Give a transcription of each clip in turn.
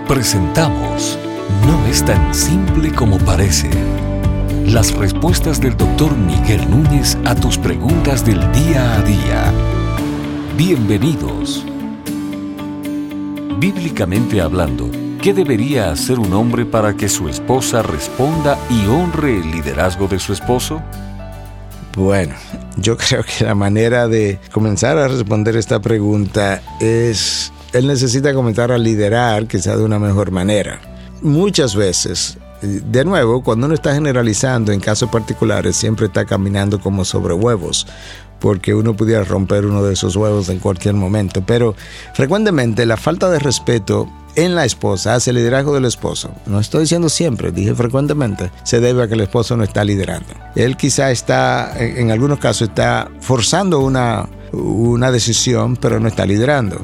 Presentamos No es tan simple como parece. Las respuestas del Dr. Miguel Núñez a tus preguntas del día a día. Bienvenidos. Bíblicamente hablando, ¿qué debería hacer un hombre para que su esposa responda y honre el liderazgo de su esposo? Bueno, yo creo que la manera de comenzar a responder esta pregunta es, él necesita comenzar a liderar quizá de una mejor manera. Muchas veces, de nuevo, cuando uno está generalizando en casos particulares, siempre está caminando como sobre huevos, porque uno pudiera romper uno de esos huevos en cualquier momento. Pero frecuentemente la falta de respeto en la esposa hacia el liderazgo del esposo, no estoy diciendo siempre, dije frecuentemente, se debe a que el esposo no está liderando. Él quizá está, en algunos casos, está forzando una decisión, pero no está liderando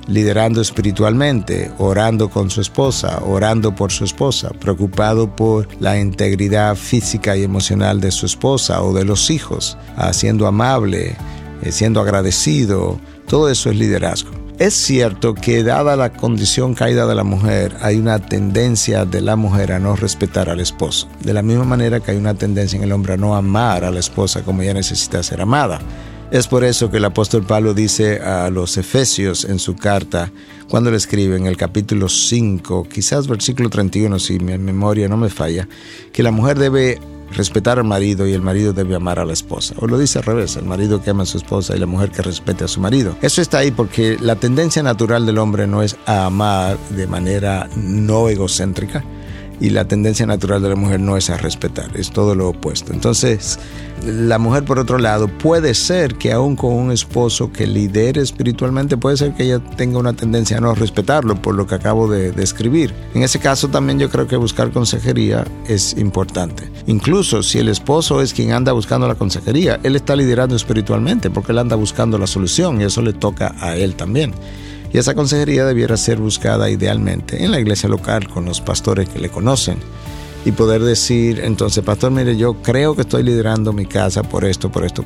espiritualmente, orando con su esposa, orando por su esposa, preocupado por la integridad física y emocional de su esposa o de los hijos, siendo amable, siendo agradecido. Todo eso es liderazgo. Es cierto que dada la condición caída de la mujer, hay una tendencia de la mujer a no respetar al esposo. De la misma manera que hay una tendencia en el hombre a no amar a la esposa como ella necesita ser amada. Es por eso que el apóstol Pablo dice a los Efesios en su carta, cuando le escribe en el capítulo 5, quizás versículo 31, si mi memoria no me falla, que la mujer debe respetar al marido y el marido debe amar a la esposa. O lo dice al revés, el marido que ama a su esposa y la mujer que respete a su marido. Eso está ahí porque la tendencia natural del hombre no es a amar de manera no egocéntrica y la tendencia natural de la mujer no es a respetar, es todo lo opuesto. Entonces, la mujer, por otro lado, puede ser que aún con un esposo que lidere espiritualmente, puede ser que ella tenga una tendencia a no respetarlo, por lo que acabo de describir. En ese caso también yo creo que buscar consejería es importante. Incluso si el esposo es quien anda buscando la consejería, él está liderando espiritualmente porque él anda buscando la solución y eso le toca a él también. Y esa consejería debiera ser buscada idealmente en la iglesia local con los pastores que le conocen y poder decir, entonces, pastor, mire, yo creo que estoy liderando mi casa por esto.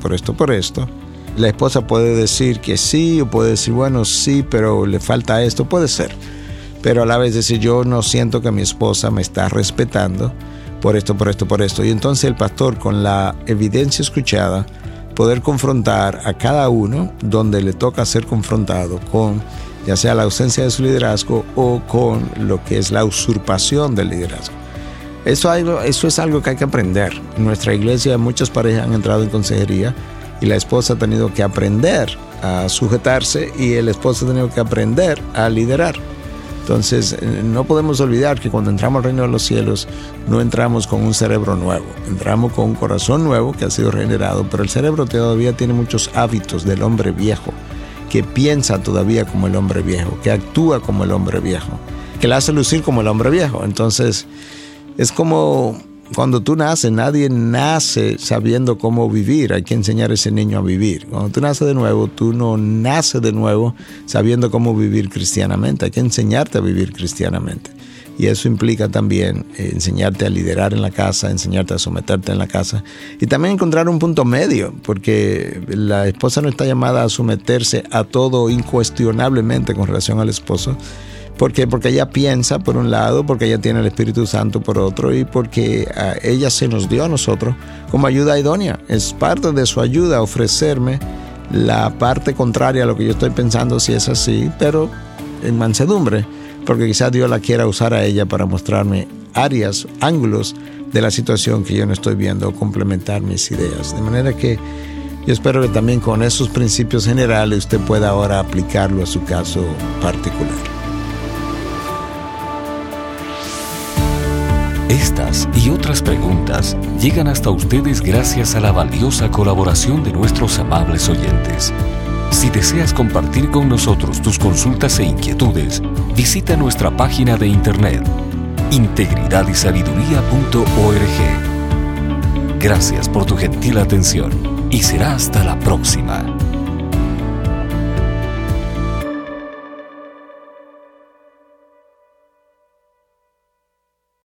La esposa puede decir que sí o puede decir, bueno, sí, pero le falta esto, puede ser. Pero a la vez decir, yo no siento que mi esposa me está respetando por esto. Y entonces el pastor, con la evidencia escuchada, poder confrontar a cada uno donde le toca ser confrontado con ya sea la ausencia de su liderazgo o con lo que es la usurpación del liderazgo. Eso es algo que hay que aprender. En nuestra iglesia muchas parejas han entrado en consejería y la esposa ha tenido que aprender a sujetarse y el esposo ha tenido que aprender a liderar. Entonces no podemos olvidar que cuando entramos al reino de los cielos no entramos con un cerebro nuevo, entramos con un corazón nuevo que ha sido regenerado, pero el cerebro todavía tiene muchos hábitos del hombre viejo, que piensa todavía como el hombre viejo, que actúa como el hombre viejo, que le hace lucir como el hombre viejo. Entonces, es como cuando tú naces, nadie nace sabiendo cómo vivir, hay que enseñar a ese niño a vivir. Cuando tú naces de nuevo, tú no naces de nuevo sabiendo cómo vivir cristianamente, hay que enseñarte a vivir cristianamente. Y eso implica también enseñarte a liderar en la casa, enseñarte a someterte en la casa y también encontrar un punto medio, porque la esposa no está llamada a someterse a todo incuestionablemente con relación al esposo. ¿Por qué? Porque ella piensa por un lado, porque ella tiene el Espíritu Santo por otro y porque ella se nos dio a nosotros como ayuda idónea. Es parte de su ayuda ofrecerme la parte contraria a lo que yo estoy pensando, si es así, pero en mansedumbre. Porque quizás Dios la quiera usar a ella para mostrarme áreas, ángulos de la situación que yo no estoy viendo, complementar mis ideas. De manera que yo espero que también con esos principios generales usted pueda ahora aplicarlo a su caso particular. Estas y otras preguntas llegan hasta ustedes gracias a la valiosa colaboración de nuestros amables oyentes. Si deseas compartir con nosotros tus consultas e inquietudes, visita nuestra página de internet integridadysabiduría.org. Gracias por tu gentil atención y será hasta la próxima.